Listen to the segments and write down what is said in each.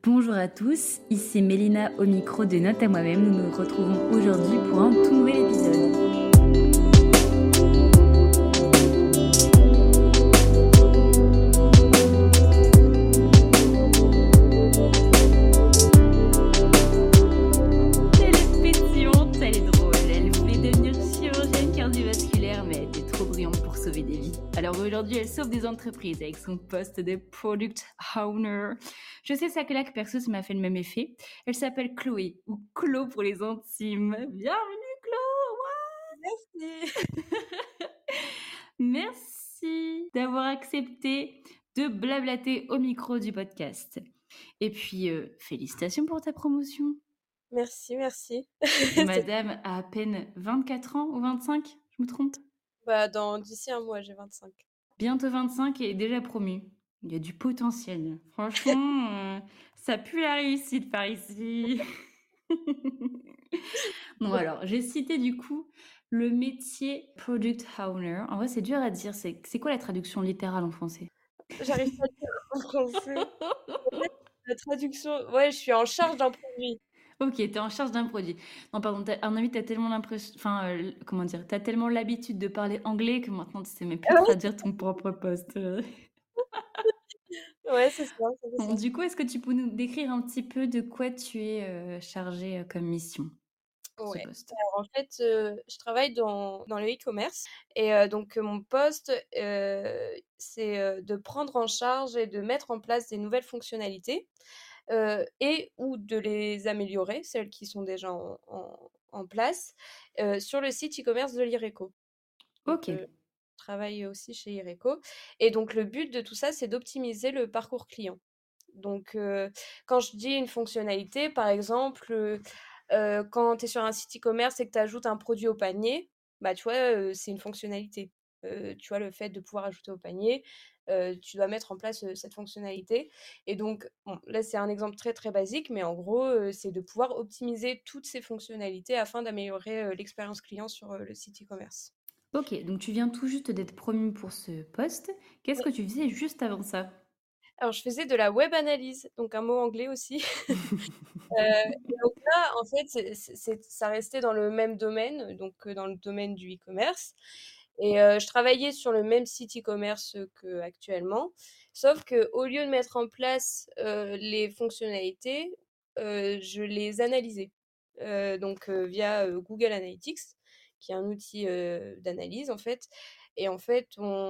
Bonjour à tous, ici Mélina au micro de Note à moi-même. Nous nous retrouvons aujourd'hui pour un tout nouvel épisode. Elle est pétillante, elle est drôle, elle voulait devenir chirurgienne cardiovasculaire, mais elle était trop brillante pour sauver des vies. Alors aujourd'hui, elle sauve des entreprises avec son poste de Product Owner. Je sais, sa claque perso, ça m'a fait le même effet. Elle s'appelle Chloé, ou Chlo pour les intimes. Bienvenue Chlo. Merci. Merci d'avoir accepté de blablater au micro du podcast. Et puis, félicitations pour ta promotion. Merci. Madame a à peine 24 ans ou 25, je me trompe? D'ici un mois, j'ai 25. Bientôt 25 et déjà promue. Il y a du potentiel. Franchement, ça pue la réussite par ici. Bon alors, j'ai cité du coup le métier Product Owner. En vrai, c'est dur à dire. C'est quoi la traduction littérale en français? J'arrive pas à le dire en français. En fait, la traduction, ouais, je suis en charge d'un produit. Ok, t'es en charge d'un produit. Non, pardon, à mon avis, t'as tellement l'impression... Enfin, comment dire? T'as tellement l'habitude de parler anglais que maintenant, tu sais même plus Ah oui, traduire ton propre poste. ouais, c'est ça, c'est Bon, ça. du coup, est-ce que tu peux nous décrire un petit peu de quoi tu es chargé comme mission pour ce Ouais. poste? Alors, en fait, je travaille dans le e-commerce et donc mon poste, c'est, de prendre en charge et de mettre en place des nouvelles fonctionnalités, et ou de les améliorer, celles qui sont déjà en place, sur le site e-commerce de l'Ireco. Donc, Ok, je travaille aussi chez Ireco et donc le but de tout ça, c'est d'optimiser le parcours client. Donc, quand je dis une fonctionnalité, par exemple, quand tu es sur un site e-commerce et que tu ajoutes un produit au panier, bah, tu vois, c'est une fonctionnalité. Tu vois, le fait de pouvoir ajouter au panier, tu dois mettre en place, cette fonctionnalité et donc bon, là, c'est un exemple très, très basique, mais en gros, c'est de pouvoir optimiser toutes ces fonctionnalités afin d'améliorer, l'expérience client sur, le site e-commerce. ok. Donc, tu viens tout juste d'être promu pour ce poste. Qu'est-ce que tu faisais juste avant ça? Alors, je faisais de la web analyse, donc un mot anglais aussi. Et donc là, en fait, ça restait dans le même domaine, donc dans le domaine du e-commerce. Et je travaillais sur le même site e-commerce qu'actuellement, sauf que au lieu de mettre en place les fonctionnalités, je les analysais. Donc via Google Analytics, qui est un outil d'analyse en fait. Et en fait,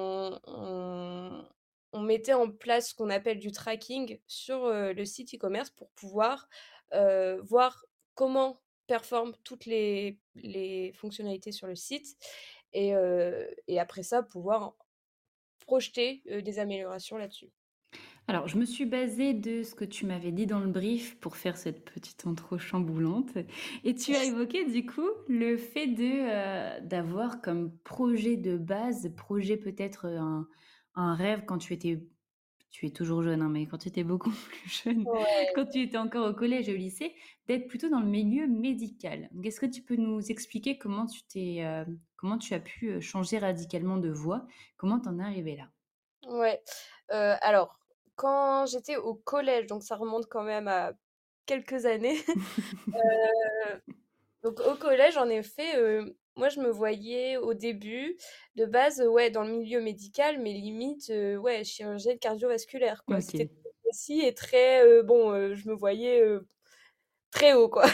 on mettait en place ce qu'on appelle du tracking sur le site e-commerce pour pouvoir voir comment performent toutes les fonctionnalités sur le site et après ça, pouvoir projeter des améliorations là-dessus. Alors, je me suis basée de ce que tu m'avais dit dans le brief pour faire cette petite intro chamboulante. Et tu as évoqué du coup le fait d'avoir comme projet de base, projet peut-être un rêve quand tu es toujours jeune, hein, mais quand tu étais beaucoup plus jeune, Ouais. quand tu étais encore au collège et au lycée, d'être plutôt dans le milieu médical. Donc, est-ce que tu peux nous expliquer comment tu as pu changer radicalement de voie? Comment t'en es arrivé là? Ouais. Alors, quand j'étais au collège, donc ça remonte quand même à quelques années. Donc au collège, en effet, moi je me voyais au début, de base, ouais, dans le milieu médical, mais limite, ouais, chirurgienne cardiovasculaire, quoi. Ok. C'était très précis et très, bon, je me voyais très haut, quoi.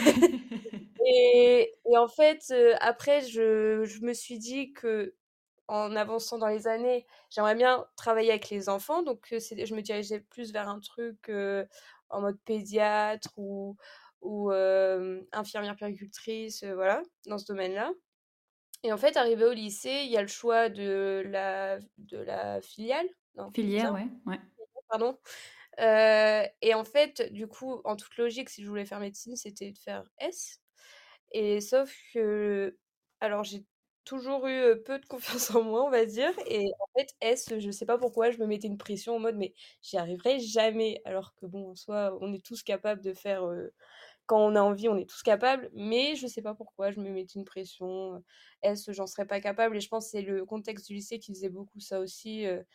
Et en fait, après, je me suis dit que en avançant dans les années, j'aimerais bien travailler avec les enfants. Donc, je me dirigeais plus vers un truc en mode pédiatre ou infirmière puéricultrice, voilà, dans ce domaine-là. Et en fait, arrivé au lycée, il y a le choix de la filiale. Non, c'est Filière, ça? ouais, ouais. Pardon. Et en fait, du coup, en toute logique, si je voulais faire médecine, c'était de faire S. Et sauf que, alors j'ai toujours eu peu de confiance en moi, on va dire. Et en fait, S, je sais pas pourquoi, je me mettais une pression en mode, mais j'y arriverai jamais. Alors que bon, en soi, on est tous capables de faire, quand on a envie, on est tous capables. Mais je sais pas pourquoi, je me mettais une pression. S, j'en serais pas capable. Et je pense que c'est le contexte du lycée qui faisait beaucoup ça aussi,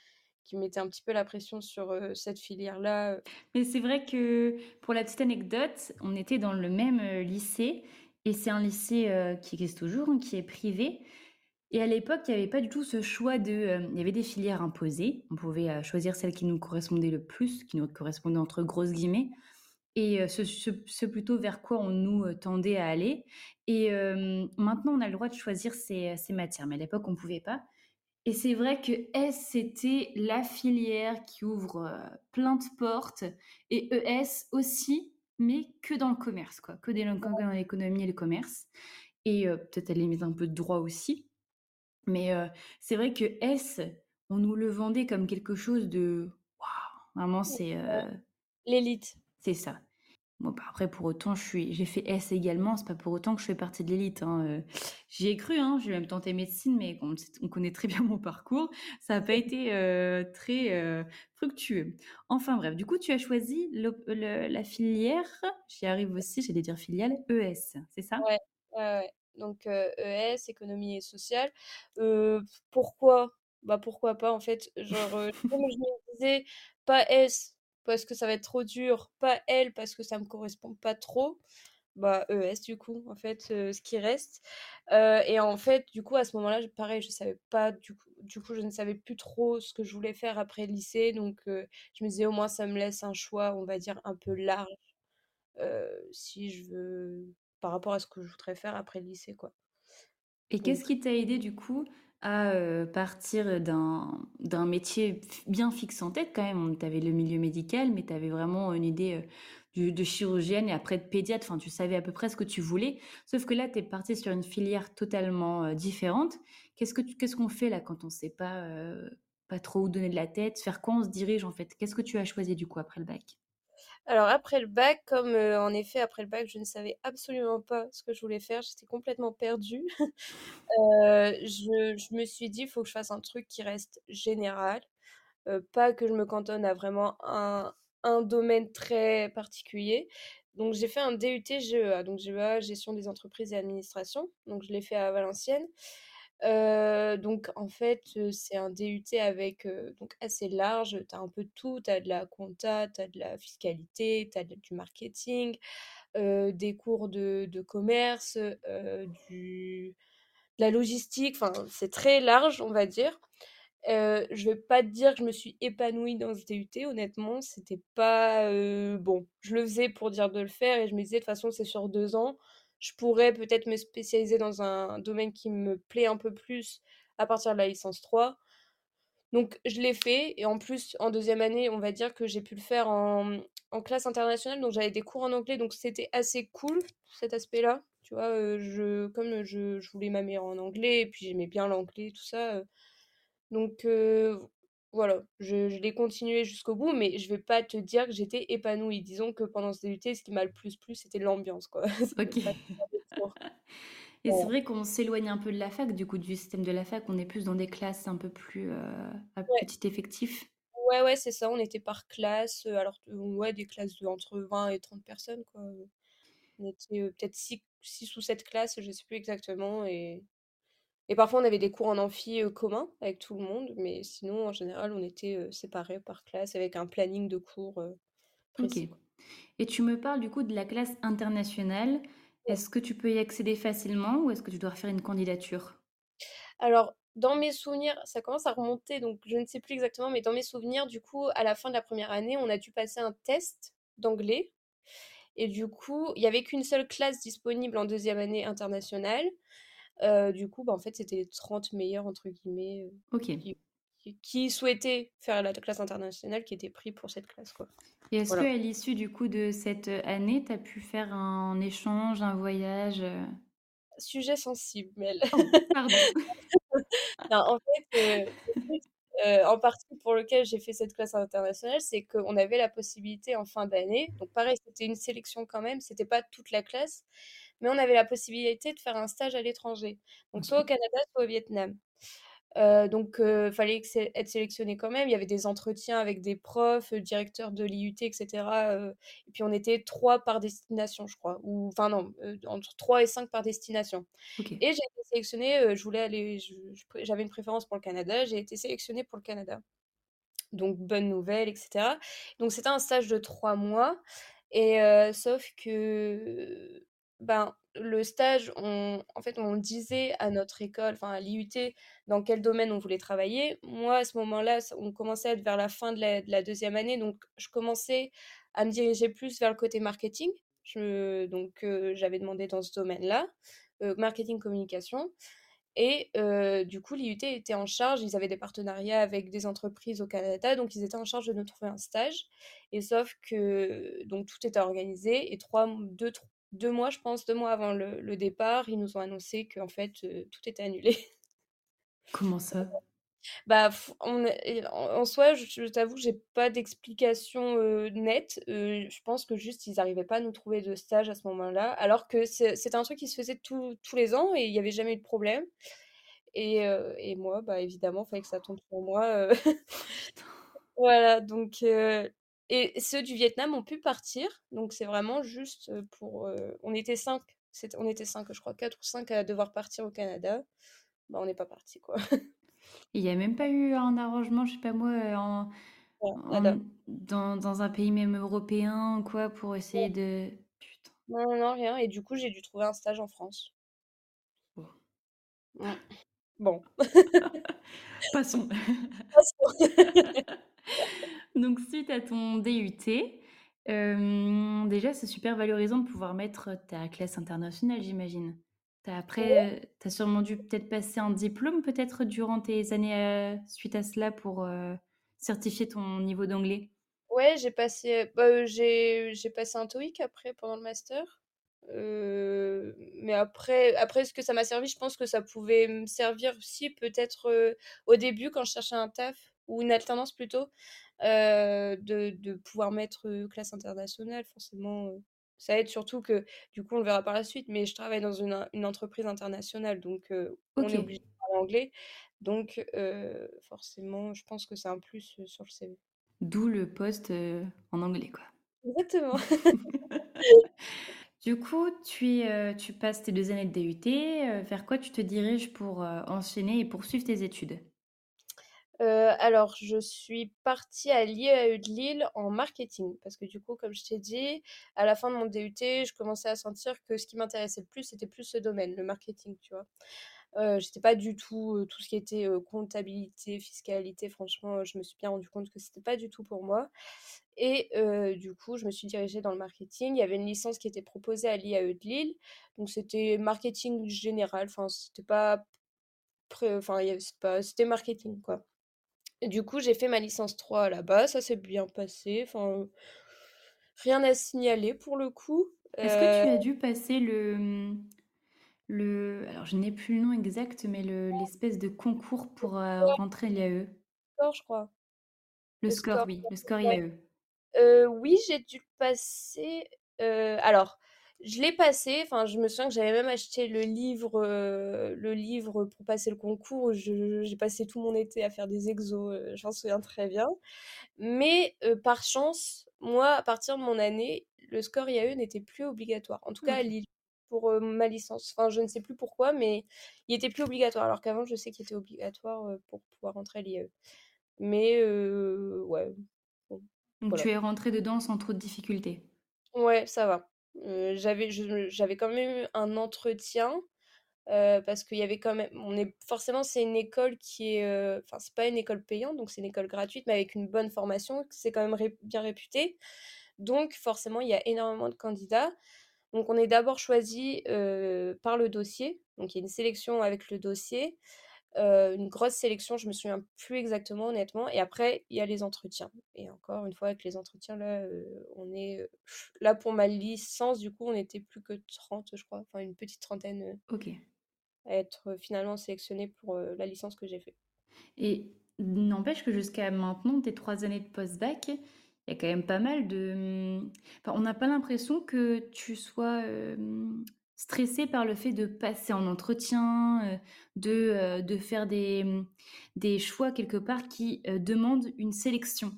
qui mettait un petit peu la pression sur, cette filière-là. Mais c'est vrai que pour la petite anecdote, on était dans le même, lycée et c'est un lycée, qui existe toujours, hein, qui est privé et à l'époque, il y avait pas du tout ce choix de, il y avait des filières imposées. On pouvait, choisir celle qui nous correspondait le plus, qui nous correspondait entre grosses guillemets et ce plutôt vers quoi on nous, tendait à aller et maintenant on a le droit de choisir ses matières, mais à l'époque on pouvait pas et c'est vrai que S, c'était la filière qui ouvre, plein de portes et ES aussi, mais que dans le commerce quoi, que dans l'économie et le commerce et peut-être à la limite un peu de droit aussi. Mais c'est vrai que S, on nous le vendait comme quelque chose de waouh! Vraiment L'élite. c'est ça. Bon, bah, après pour autant j'ai fait S également, c'est pas pour autant que je fais partie de l'élite, hein, j'y ai cru, hein, j'ai même tenté médecine, mais on connaît très bien mon parcours, ça a pas été, très, fructueux. Enfin bref, du coup tu as choisi la filière, j'y arrive aussi, j'allais dire filiale, ES, c'est ça? Ouais, ouais, ouais. Donc ES, économie et sociale. Pourquoi? Bah, pourquoi pas en fait, genre, comme je me disais: «Pas S parce que ça va être trop dur, pas L parce que ça me correspond pas trop», bah, ES du coup, en fait, ce qui reste. Et en fait, du coup, à ce moment-là, pareil, je savais pas du coup, je ne savais plus trop ce que je voulais faire après le lycée, donc je me disais: «Au moins ça me laisse un choix, on va dire, un peu large». Si je veux par rapport à ce que je voudrais faire après le lycée, quoi. Et qu'est-ce Donc qui t'a aidé du coup à, partir d'un métier bien fixe en tête quand même? Tu avais le milieu médical, mais tu avais vraiment une idée, de chirurgienne et après de pédiatre, enfin tu savais à peu près ce que tu voulais. Sauf que là, tu es partie sur une filière totalement, différente. Qu'est-ce qu'on fait là quand on sait pas trop où donner de la tête? Vers quoi on se dirige en fait? Qu'est-ce que tu as choisi du coup après le bac? alors après le bac, comme, en effet après le bac, je ne savais absolument pas ce que je voulais faire, j'étais complètement perdue. Je me suis dit: «Il faut que je fasse un truc qui reste général, pas que je me cantonne à vraiment un domaine très particulier». Donc j'ai fait un DUT GEA, donc GEA, gestion des entreprises et administration, donc je l'ai fait à Valenciennes. Donc en fait, c'est un DUT avec, donc assez large, tu as un peu de tout, tu as de la compta, tu as de la fiscalité, tu as du marketing, des cours de commerce, de la logistique, enfin c'est très large, on va dire. Je vais pas te dire que je me suis épanouie dans ce DUT, honnêtement, c'était pas, bon, je le faisais pour dire de le faire et je me disais: «De toute façon, c'est sur 2 ans, je pourrais peut-être me spécialiser dans un domaine qui me plaît un peu plus à partir de la licence 3». Donc je l'ai fait et en plus, en deuxième année, on va dire que j'ai pu le faire en classe internationale, donc j'avais des cours en anglais, donc c'était assez cool, cet aspect-là, tu vois? Comme je voulais m'améliorer en anglais et puis j'aimais bien l'anglais, tout ça, donc voilà, je l'ai continué jusqu'au bout, mais je vais pas te dire que j'étais épanouie. Disons que pendant ce DUT, ce qui m'a le plus plu, c'était l'ambiance, quoi. C'était OK. pas les cours. Et c'est Voilà. vrai qu'on s'éloigne un peu de la fac, du coup, du système de la fac, on est plus dans des classes un peu plus, à Ouais, petit effectif? ouais, ouais, c'est ça, on était par classe, alors ouais, des classes de entre 20 et 30 personnes, quoi. On était, peut-être 6 ou 7 classes, je sais plus exactement et parfois on avait des cours en amphi, commun avec tout le monde, mais sinon en général on était, séparés par classe avec un planning de cours, OK. précis, quoi. Et tu me parles du coup de la classe internationale. Est-ce que tu peux y accéder facilement ou est-ce que tu dois refaire une candidature? Alors, dans mes souvenirs, ça commence à remonter, donc je ne sais plus exactement, mais dans mes souvenirs, du coup, à la fin de la première année, on a dû passer un test d'anglais. Et du coup, il y avait qu'une seule classe disponible en deuxième année internationale. Du coup, bah, en fait, c'était les 30 meilleurs, entre guillemets, OK. qui souhaitaient faire la classe internationale, qui étaient pris pour cette classe, quoi. Et est-ce Voilà. qu'à l'issue du coup de cette, année, tu as pu faire un échange, un voyage, Sujet sensible, Mel. Oh, pardon. Non, en fait, le truc, en partie pour lequel j'ai fait cette classe internationale, c'est qu'on avait la possibilité en fin d'année, donc pareil, c'était une sélection quand même, c'était pas toute la classe, mais on avait la possibilité de faire un stage à l'étranger, donc soit au OK. Canada, soit au Vietnam. Donc fallait que être sélectionné quand même. Il y avait des entretiens avec des profs, directeurs de l'IUT et cetera, et puis on était 3 par destination, je crois, ou enfin non, entre 3 et 5 par destination OK. et j'ai été sélectionnée, je voulais aller j'avais une préférence pour le Canada, j'ai été sélectionnée pour le Canada Donc bonne nouvelle, et cetera. Donc c'était un stage de 3 mois et sauf que, ben, le stage, en fait, on disait à notre école, enfin à l'IUT, dans quel domaine on voulait travailler. Moi, à ce moment-là, on commençait à être vers la fin de la 2e année, donc je commençais à me diriger plus vers le côté marketing. Donc j'avais demandé dans ce domaine-là, marketing communication. Et du coup, l'IUT était en charge, ils avaient des partenariats avec des entreprises au Canada, donc ils étaient en charge de nous trouver un stage. Et sauf que donc tout était organisé et 2 mois, je pense, 2 mois avant le départ, ils nous ont annoncé qu'en fait, tout était annulé. Comment ça? Bah, en soi, je t'avoue que j'ai pas d'explication, nette. Je pense que juste ils arrivaient pas à nous trouver de stage à ce moment-là, alors que c'était un truc qui se faisait tous les ans et il y avait jamais eu de problème. Et moi, bah, évidemment, il fallait que ça tombe sur moi. Putain. Voilà, donc et ceux du Vietnam ont pu partir, donc c'est vraiment juste, on était 5, on était 5, je crois, 4 ou 5 à devoir partir au Canada. Bah, on n'est pas partis, quoi. Il y a même pas eu un arrangement, je sais pas moi, Voilà, nada. en dans un pays même européen ou quoi pour essayer de putain. Non, non, non, rien et du coup, j'ai dû trouver un stage en France. Bon. Mmh. Bon. Passons. Donc suite à ton DUT, déjà c'est super valorisant de pouvoir mettre ta classe internationale, j'imagine. Tu as sûrement dû peut-être passer un diplôme peut-être durant tes années, suite à cela pour, certifier ton niveau d'anglais? Ouais, j'ai passé un TOEIC après pendant le master. Mais après ce que ça m'a servi, je pense que ça pouvait me servir aussi peut-être au début quand je cherchais un taf ou une alternance plutôt, de pouvoir mettre classe internationale. Forcément, ça aide surtout que du coup on le verra par la suite, mais je travaille dans une entreprise internationale, donc on est OK, obligé de parler anglais. Donc forcément, je pense que c'est un plus sur le CV. d'où le poste, en anglais, quoi. Exactement. Du coup, tu passes tes 2 années de DUT, vers quoi tu te diriges pour, enchaîner et poursuivre tes études? Alors je suis partie à l'IAE de Lille en marketing parce que du coup, comme je t'ai dit, à la fin de mon DUT, je commençais à sentir que ce qui m'intéressait le plus, c'était plus ce domaine, le marketing, tu vois? J'étais pas du tout, tout ce qui était, comptabilité, fiscalité, franchement, je me suis bien rendu compte que c'était pas du tout pour moi et du coup, je me suis dirigée dans le marketing. Il y avait une licence qui était proposée à l'IAE de Lille, donc c'était marketing général, enfin c'était pas enfin il y avait c'est pas c'était marketing, quoi. Et du coup, j'ai fait ma licence 3 là-bas, ça s'est bien passé, enfin, rien à signaler pour le coup. Est-ce que tu as dû passer alors je n'ai plus le nom exact, mais l'espèce de concours pour, rentrer à l'IAE? Score, je crois. Le Le score, score, oui, le score ouais. IAE. Oui, j'ai dû le passer. Alors, je l'ai passé. Enfin, je me souviens que j'avais même acheté le livre pour passer le concours. J'ai passé tout mon été à faire des exos. Je m'en souviens très bien. Mais par chance, moi, à partir de mon année, le score IAE n'était plus obligatoire. En tout cas, à OK. Lille, pour ma licence. Enfin, je ne sais plus pourquoi, mais il était plus obligatoire. Alors qu'avant, je sais qu'il était obligatoire pour pouvoir rentrer à l'IAE. Mais ouais, bon, Donc tu voilà. es rentrée dedans sans trop de difficultés? Ouais, ça va. J'avais quand même eu un entretien, parce qu'il y avait quand même forcément, c'est une école qui est, enfin, c'est pas une école payante, donc c'est une école gratuite, mais avec une bonne formation, c'est quand même bien réputé. Donc forcément, il y a énormément de candidats. Donc on est d'abord choisi, par le dossier, donc il y a une sélection avec le dossier. Une grosse sélection, je me souviens plus exactement honnêtement et après il y a les entretiens et encore une fois avec les entretiens là, on est, là pour ma licence du coup on était plus que 30 je crois, enfin une petite trentaine, OK. à être, finalement sélectionnés pour, la licence que j'ai fait. Et n'empêche que jusqu'à maintenant, tes 3 années de post-bac, il y a quand même pas mal enfin, on n'a pas l'impression que tu sois, stressée par le fait de passer en entretien, de faire des choix quelque part qui, demandent une sélection.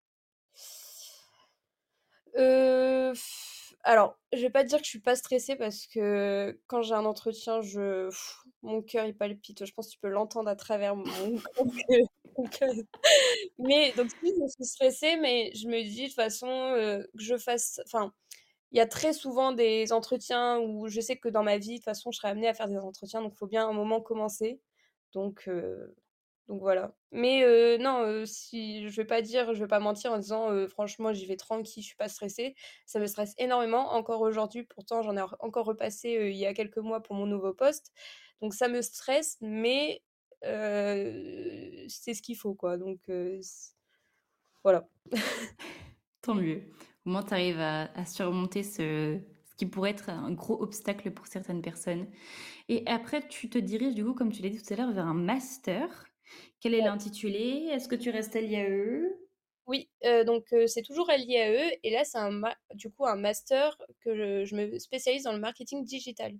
Alors, je vais pas te dire que je suis pas stressée parce que quand j'ai un entretien, mon cœur il palpite. Je pense que tu peux l'entendre à travers mon mon cœur. Mais donc si, je suis stressée, mais je me dis de toute façon, que je fasse enfin, il y a très souvent des entretiens où je sais que dans ma vie, de toute façon, je serai amenée à faire des entretiens, donc il faut bien à un moment commencer. Donc heu, donc voilà. Mais non, si je vais pas dire je vais pas mentir en disant, franchement, j'y vais tranquille, je suis pas stressée. Ça me stresse énormément, encore aujourd'hui, pourtant j'en ai encore repassé, il y a quelques mois pour mon nouveau poste. Donc ça me stresse, mais c'est ce qu'il faut, quoi. Donc voilà. Tant mieux. Au moins, tu arrives à surmonter ce qui pourrait être un gros obstacle pour certaines personnes. Et après, tu te diriges, du coup, comme tu l'as dit tout à l'heure, vers un master. Quel est Ouais. l'intitulé? Est-ce que tu restes à l'IAE? Oui, c'est toujours à l'IAE et là, c'est du coup un master que je me spécialise dans le marketing digital.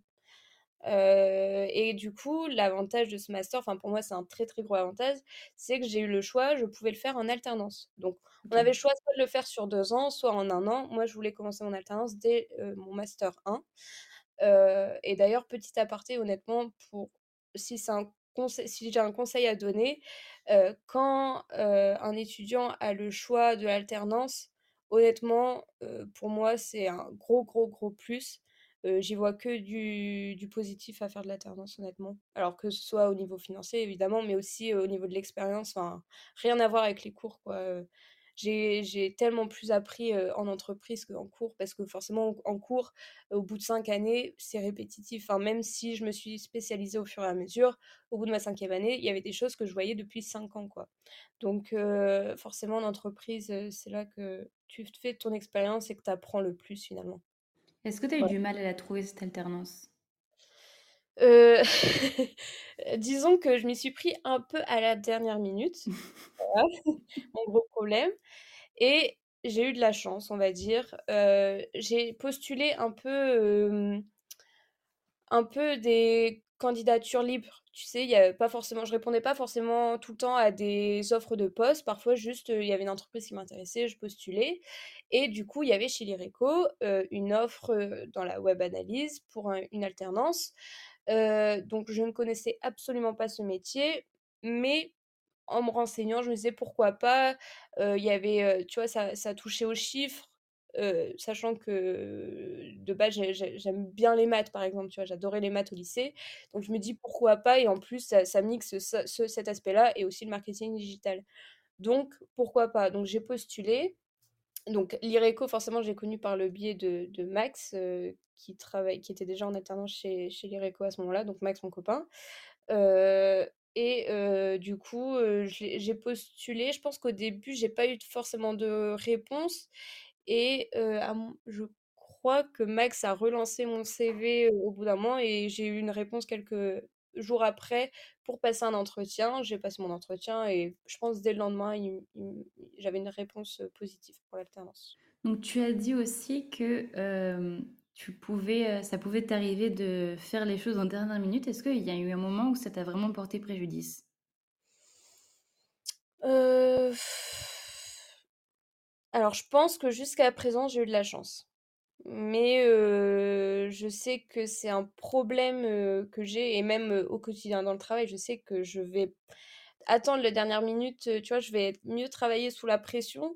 Et du coup, l'avantage de ce master, enfin pour moi c'est un très très gros avantage, c'est que j'ai eu le choix, je pouvais le faire en alternance. Donc on Ok. avait le choix soit de le faire sur 2 ans, soit en un an. Moi je voulais commencer mon alternance dès mon master 1. Et d'ailleurs, petit aparté, honnêtement, si c'est un conseil, si j'ai un conseil à donner, quand un étudiant a le choix de l'alternance, honnêtement, pour moi, c'est un gros, gros, gros plus. J'y vois que du positif à faire de l'alternance, honnêtement. Alors que ce soit au niveau financier, évidemment, mais aussi au niveau de l'expérience. Enfin, rien à voir avec les cours, quoi. J'ai tellement plus appris en entreprise qu'en cours, parce que forcément, en cours, au bout de 5 années, c'est répétitif. Enfin, même si je me suis spécialisée au fur et à mesure, au bout de ma 5e année, il y avait des choses que je voyais depuis 5 ans, quoi. Donc, forcément, en entreprise, c'est là que tu fais ton expérience et que tu apprends le plus, finalement. Est-ce que tu as eu Voilà. du mal à la trouver, cette alternance? Euh, Disons que je m'y suis pris un peu à la dernière minute. Voilà, mon gros problème. Et j'ai eu de la chance, on va dire. J'ai postulé un peu des candidatures libres. Tu sais, il y a pas forcément, je répondais pas forcément tout le temps à des offres de poste. Parfois, juste, il y avait une entreprise qui m'intéressait, je postulais. Et du coup, il y avait chez l'IRECO une offre dans la web analyse pour une alternance. Donc, je ne connaissais absolument pas ce métier, mais en me renseignant, je me disais pourquoi pas. Il y avait, tu vois, ça touchait aux chiffres, sachant que de base, j'aime bien les maths, par exemple, tu vois, j'adorais les maths au lycée. Donc je me dis pourquoi pas, et en plus, ça mixe cet aspect-là et aussi le marketing digital. Donc pourquoi pas. Donc j'ai postulé. Donc l'IRECO, forcément, j'ai connu par le biais de Max, qui était déjà en alternance chez l'IRECO à ce moment-là, donc Max, mon copain. Heu et du coup, j'ai postulé. Je pense qu'au début, j'ai pas eu forcément de réponse, et je crois que Max a relancé mon CV au bout d'un moment, et j'ai eu une réponse quelques jours après pour passer un entretien. J'ai passé mon entretien et je pense dès le lendemain, j'avais une réponse positive pour l'alternance. Donc, tu as dit aussi que ça pouvait t'arriver de faire les choses en dernière minute. Est-ce qu'il y a eu un moment où ça t'a vraiment porté préjudice? Heu, alors je pense que jusqu'à présent, j'ai eu de la chance. Mais je sais que c'est un problème, que j'ai, et même, au quotidien dans le travail, je sais que je vais attendre la dernière minute, tu vois? Je vais être mieux travailler sous la pression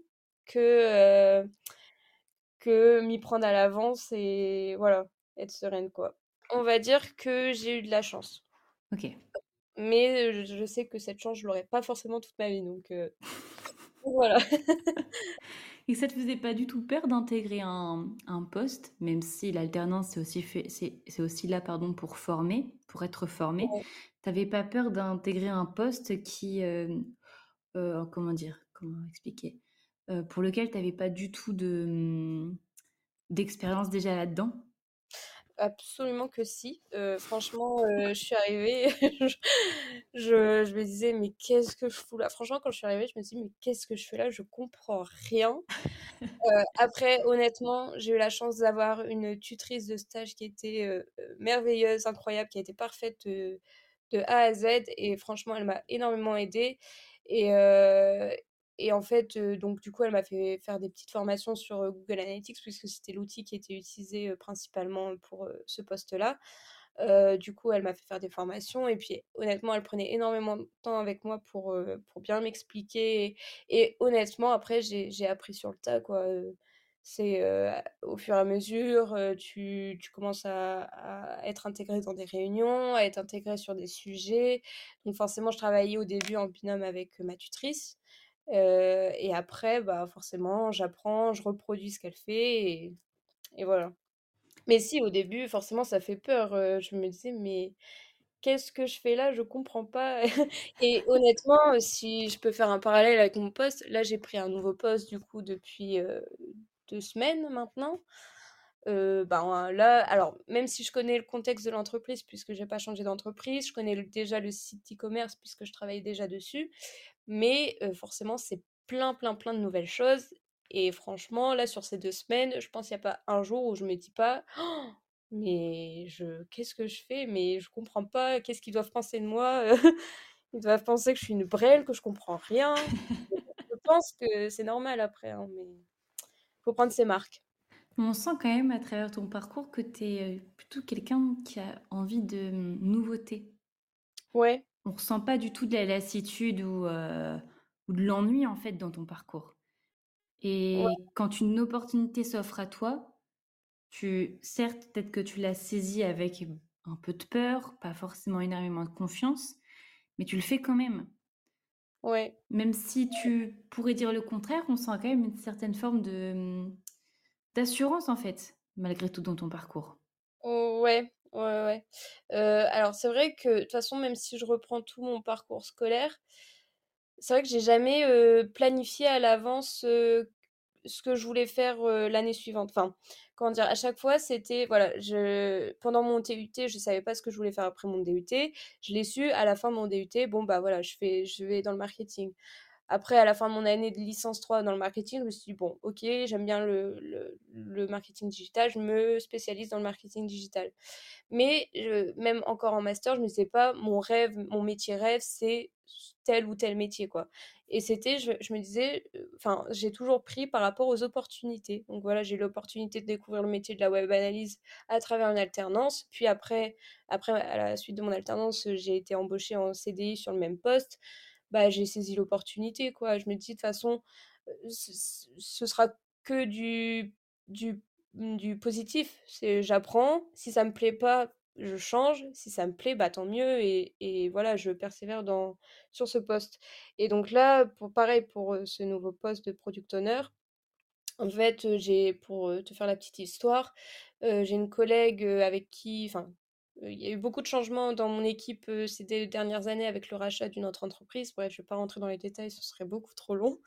que m'y prendre à l'avance et voilà, être sereine, quoi. On va dire que j'ai eu de la chance, Ok. mais je sais que cette chance, je l'aurai pas forcément toute ma vie, donc voilà. Et ça te faisait pas du tout peur d'intégrer un poste, même si l'alternance c'est aussi là, pardon, pour former, pour être formé. T'avais pas peur d'intégrer un poste comment dire, comment expliquer, pour lequel t'avais pas du tout d'expérience déjà là-dedans? Absolument que si. Franchement, je suis arrivée, je je me disais: «Mais qu'est-ce que je fous là?» Franchement, quand je suis arrivée, je me dis: «Mais qu'est-ce que je fais là? Je comprends rien». Après, honnêtement, j'ai eu la chance d'avoir une tutrice de stage qui était, merveilleuse, incroyable, qui a été parfaite, de A à Z, et franchement, elle m'a énormément aidée, et en fait, donc du coup, elle m'a fait faire des petites formations sur, Google Analytics, puisque c'était l'outil qui était utilisé, principalement pour, ce poste-là. Du coup, elle m'a fait faire des formations et puis honnêtement, elle prenait énormément de temps avec moi pour bien m'expliquer et honnêtement, après, j'ai appris sur le tas, quoi, c'est, au fur et à mesure, tu commences à être intégré dans des réunions, à être intégré sur des sujets. Donc forcément, je travaillais au début en binôme avec ma tutrice, et après, bah, forcément, j'apprends, je reproduis ce qu'elle fait et voilà. Mais si, au début, forcément, ça fait peur, je me disais: «Mais qu'est-ce que je fais là? Je comprends pas». Et honnêtement, si je peux faire un parallèle avec mon poste, là, j'ai pris un nouveau poste, du coup, depuis, 2 semaines maintenant. Ben, là alors même si je connais le contexte de l'entreprise puisque j'ai pas changé d'entreprise, je connais déjà le site e-commerce puisque je travaillais déjà dessus, mais forcément c'est plein, plein, plein de nouvelles choses et franchement là sur ces 2 semaines, je pense qu'il y a pas un jour où je me dis pas: «Oh, mais je qu'est-ce que je fais? Mais je comprends pas, qu'est-ce qu'ils doivent penser de moi?» Ils doivent penser que je suis une brêle, que je comprends rien. Je pense que c'est normal après, hein, mais faut prendre ses marques. On sent quand même à travers ton parcours que tu es, plutôt quelqu'un qui a envie de, nouveauté. Ouais, On ressent pas du tout de la lassitude ou de l'ennui, en fait, dans ton parcours ouais, et quand une opportunité s'offre à toi, tu certes, peut-être que tu l'as saisie avec un peu de peur, pas forcément énormément de confiance, mais tu le fais quand même. ouais. Même si tu pourrais dire le contraire, on sent quand même une certaine forme de, d'assurance, en fait, malgré tout dans ton parcours. Oh, ouais, ouais, ouais. Alors c'est vrai que de toute façon, même si je reprends tout mon parcours scolaire, c'est vrai que j'ai jamais, planifié à l'avance, ce que je voulais faire, l'année suivante. Enfin, comment dire? À chaque fois, c'était voilà, je pendant mon DUT, je savais pas ce que je voulais faire après mon DUT. Je l'ai su à la fin de mon DUT, bon, bah, voilà, je vais dans le marketing. Après, à la fin de mon année de licence 3 dans le marketing, je me suis dit: «Bon, OK, j'aime bien le marketing digital, je me spécialise dans le marketing digital». Mais même encore en master, je me disais pas: «Mon rêve, mon métier rêve, c'est tel ou tel métier», quoi. Et c'était je me disais, enfin, j'ai toujours pris par rapport aux opportunités. Donc voilà, j'ai eu l'opportunité de découvrir le métier de la web analyse à travers une alternance. Puis après à la suite de mon alternance, j'ai été embauchée en CDI sur le même poste. Bah, j'ai saisi l'opportunité, quoi. Je me dis: «De toute façon, ce sera que du du positif. C'est j'apprends, si ça me plaît pas, je change, si ça me plaît, bah, tant mieux et voilà, je persévère dans sur ce poste». Et donc là, pour pareil, pour, ce nouveau poste de product owner, en fait, j'ai pour, te faire la petite histoire, j'ai une collègue, avec qui enfin, il y a eu beaucoup de changements dans mon équipe, ces dernières années avec le rachat d'une autre entreprise. Bref, je vais pas rentrer dans les détails, ce serait beaucoup trop long.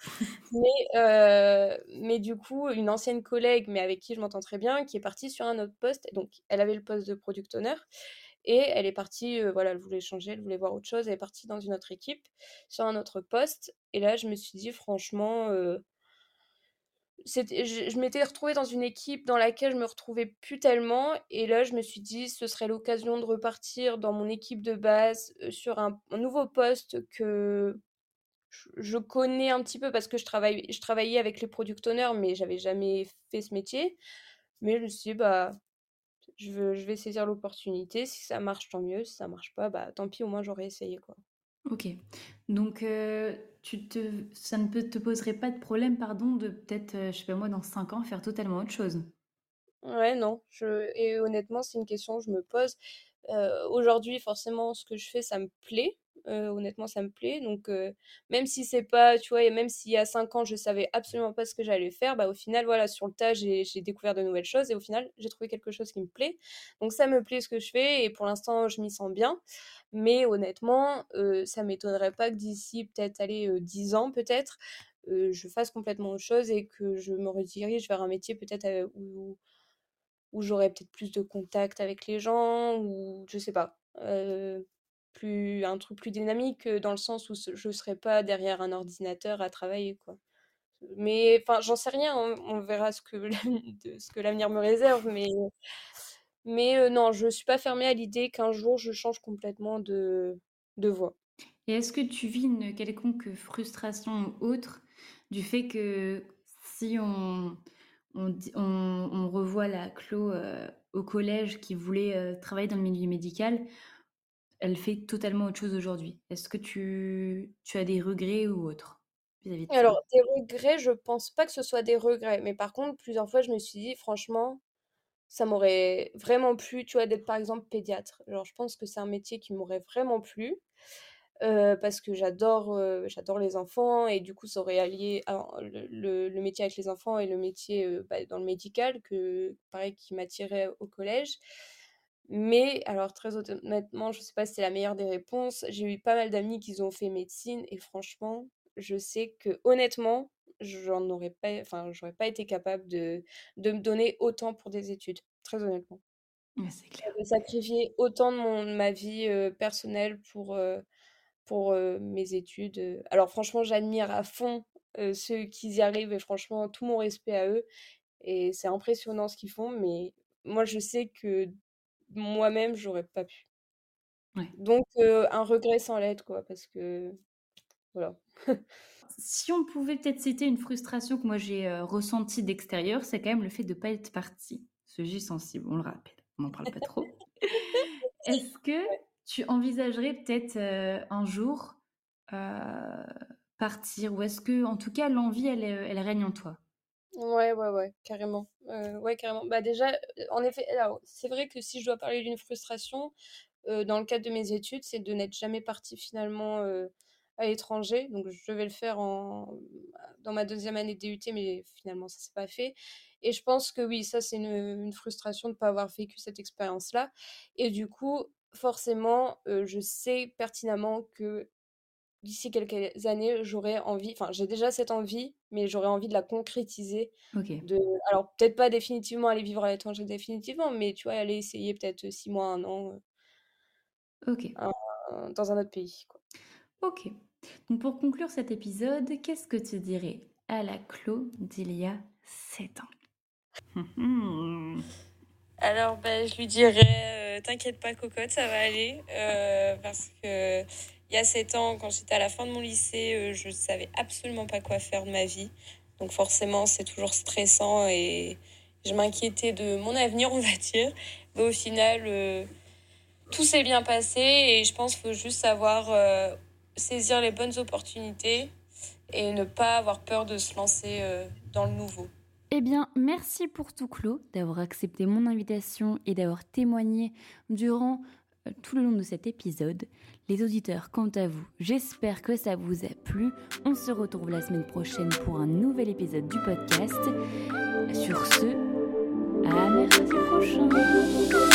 Mais du coup, une ancienne collègue, mais avec qui je m'entends très bien, qui est partie sur un autre poste. Donc elle avait le poste de product owner et elle est partie, voilà, elle voulait changer, elle voulait voir autre chose, elle est partie dans une autre équipe, sur un autre poste et là, je me suis dit franchement, c'était je m'étais retrouvée dans une équipe dans laquelle je me retrouvais plus tellement et là, je me suis dit: «Ce serait l'occasion de repartir dans mon équipe de base, sur un nouveau poste que je connais un petit peu parce que je travaillais avec les product owners, mais j'avais jamais fait ce métier. Mais je me suis dit: «Bah, je vais saisir l'opportunité. Si ça marche, tant mieux. Si ça marche pas, bah, tant pis, au moins j'aurais essayé, quoi». OK. Donc, ça ne te poserait pas de problème, pardon, de peut-être, je sais pas moi, dans 5 ans, faire totalement autre chose? Ouais, non, et honnêtement, c'est une question que je me pose. Aujourd'hui, forcément, ce que je fais, ça me plaît. Honnêtement, ça me plaît. Donc, même si c'est pas, tu vois, et même s'il y a 5 ans, je savais absolument pas ce que j'allais faire, bah, au final, voilà, sur le tas, j'ai découvert de nouvelles choses et au final, j'ai trouvé quelque chose qui me plaît. Donc, ça me plaît ce que je fais et pour l'instant, je m'y sens bien. Mais honnêtement, ça m'étonnerait pas que d'ici peut-être, allez, 10 ans peut-être, je fasse complètement autre chose et que je me redirige vers un métier peut-être, où j'aurais peut-être plus de contact avec les gens ou je sais pas, plus un truc plus dynamique, dans le sens où je serais pas derrière un ordinateur à travailler, quoi. Mais enfin, j'en sais rien, on verra ce que l'avenir me réserve, mais non, je suis pas fermée à l'idée qu'un jour je change complètement de voie. Et est-ce que tu vis une quelconque frustration ou autre du fait que si on revoit la clos, au collège qui voulait travailler dans le milieu médical, elle fait totalement autre chose aujourd'hui. Est-ce que tu as des regrets ou autres vis-à-vis de ça? Alors, des regrets, je pense pas que ce soit des regrets, mais par contre, plusieurs fois, je me suis dit, franchement, ça m'aurait vraiment plu, tu vois, d'être par exemple pédiatre. Genre, je pense que c'est un métier qui m'aurait vraiment plu, parce que j'adore les enfants et du coup, ça aurait allié alors, le métier avec les enfants et le métier bah, dans le médical, pareil, qui m'attirait au collège. Mais alors, très honnêtement, je sais pas si c'est la meilleure des réponses. J'ai eu pas mal d'amis qui ont fait médecine et franchement, je sais que honnêtement, j'aurais pas été capable de me donner autant pour des études, très honnêtement. Ouais, c'est clair. De sacrifier autant de ma vie personnelle pour mes études. Alors franchement, j'admire à fond ceux qui y arrivent et franchement, tout mon respect à eux. Et c'est impressionnant ce qu'ils font, mais moi, je sais que moi-même, j'aurais pas pu. Ouais. Donc, un regret sans lettre, quoi, parce que voilà. Si on pouvait peut-être citer une frustration que moi j'ai, ressentie d'extérieur, c'est quand même le fait de pas être partie. Sujet sensible, on le rappelle, on n'en parle pas trop. Est-ce que tu envisagerais peut-être, un jour, heu, partir? Ou est-ce que, en tout cas, l'envie elle règne en toi? Ouais, ouais, ouais, carrément. Ouais, carrément. Bah, déjà, en effet, alors, c'est vrai que si je dois parler d'une frustration, dans le cadre de mes études, c'est de n'être jamais partie finalement, à l'étranger. Donc je devais le faire dans ma deuxième année de DUT, mais finalement ça s'est pas fait. Et je pense que oui, ça c'est une frustration de ne pas avoir vécu cette expérience-là. Et du coup, forcément, je sais pertinemment que d'ici quelques années, j'aurais envie, enfin j'ai déjà cette envie, mais j'aurais envie de la concrétiser. OK, De, alors peut-être pas définitivement aller vivre à l'étranger définitivement, mais tu vois, aller essayer peut-être 6 mois, un an, OK, dans un autre pays, quoi. OK. Donc pour conclure cet épisode, qu'est-ce que tu dirais à la Clo d'il y a 7 ans? Mmh. Alors, bah, je lui dirais, t'inquiète pas, cocotte, ça va aller. Parce que il y a 7 ans, quand j'étais à la fin de mon lycée, je savais absolument pas quoi faire de ma vie. Donc forcément, c'est toujours stressant et je m'inquiétais de mon avenir, on va dire. Mais au final, tout s'est bien passé et je pense qu'il faut juste savoir saisir les bonnes opportunités et ne pas avoir peur de se lancer dans le nouveau. Eh bien, merci pour tout, Clo, d'avoir accepté mon invitation et d'avoir témoigné durant tout le long de cet épisode. Les auditeurs, quant à vous, j'espère que ça vous a plu. On se retrouve la semaine prochaine pour un nouvel épisode du podcast. Sur ce, à mercredi prochain.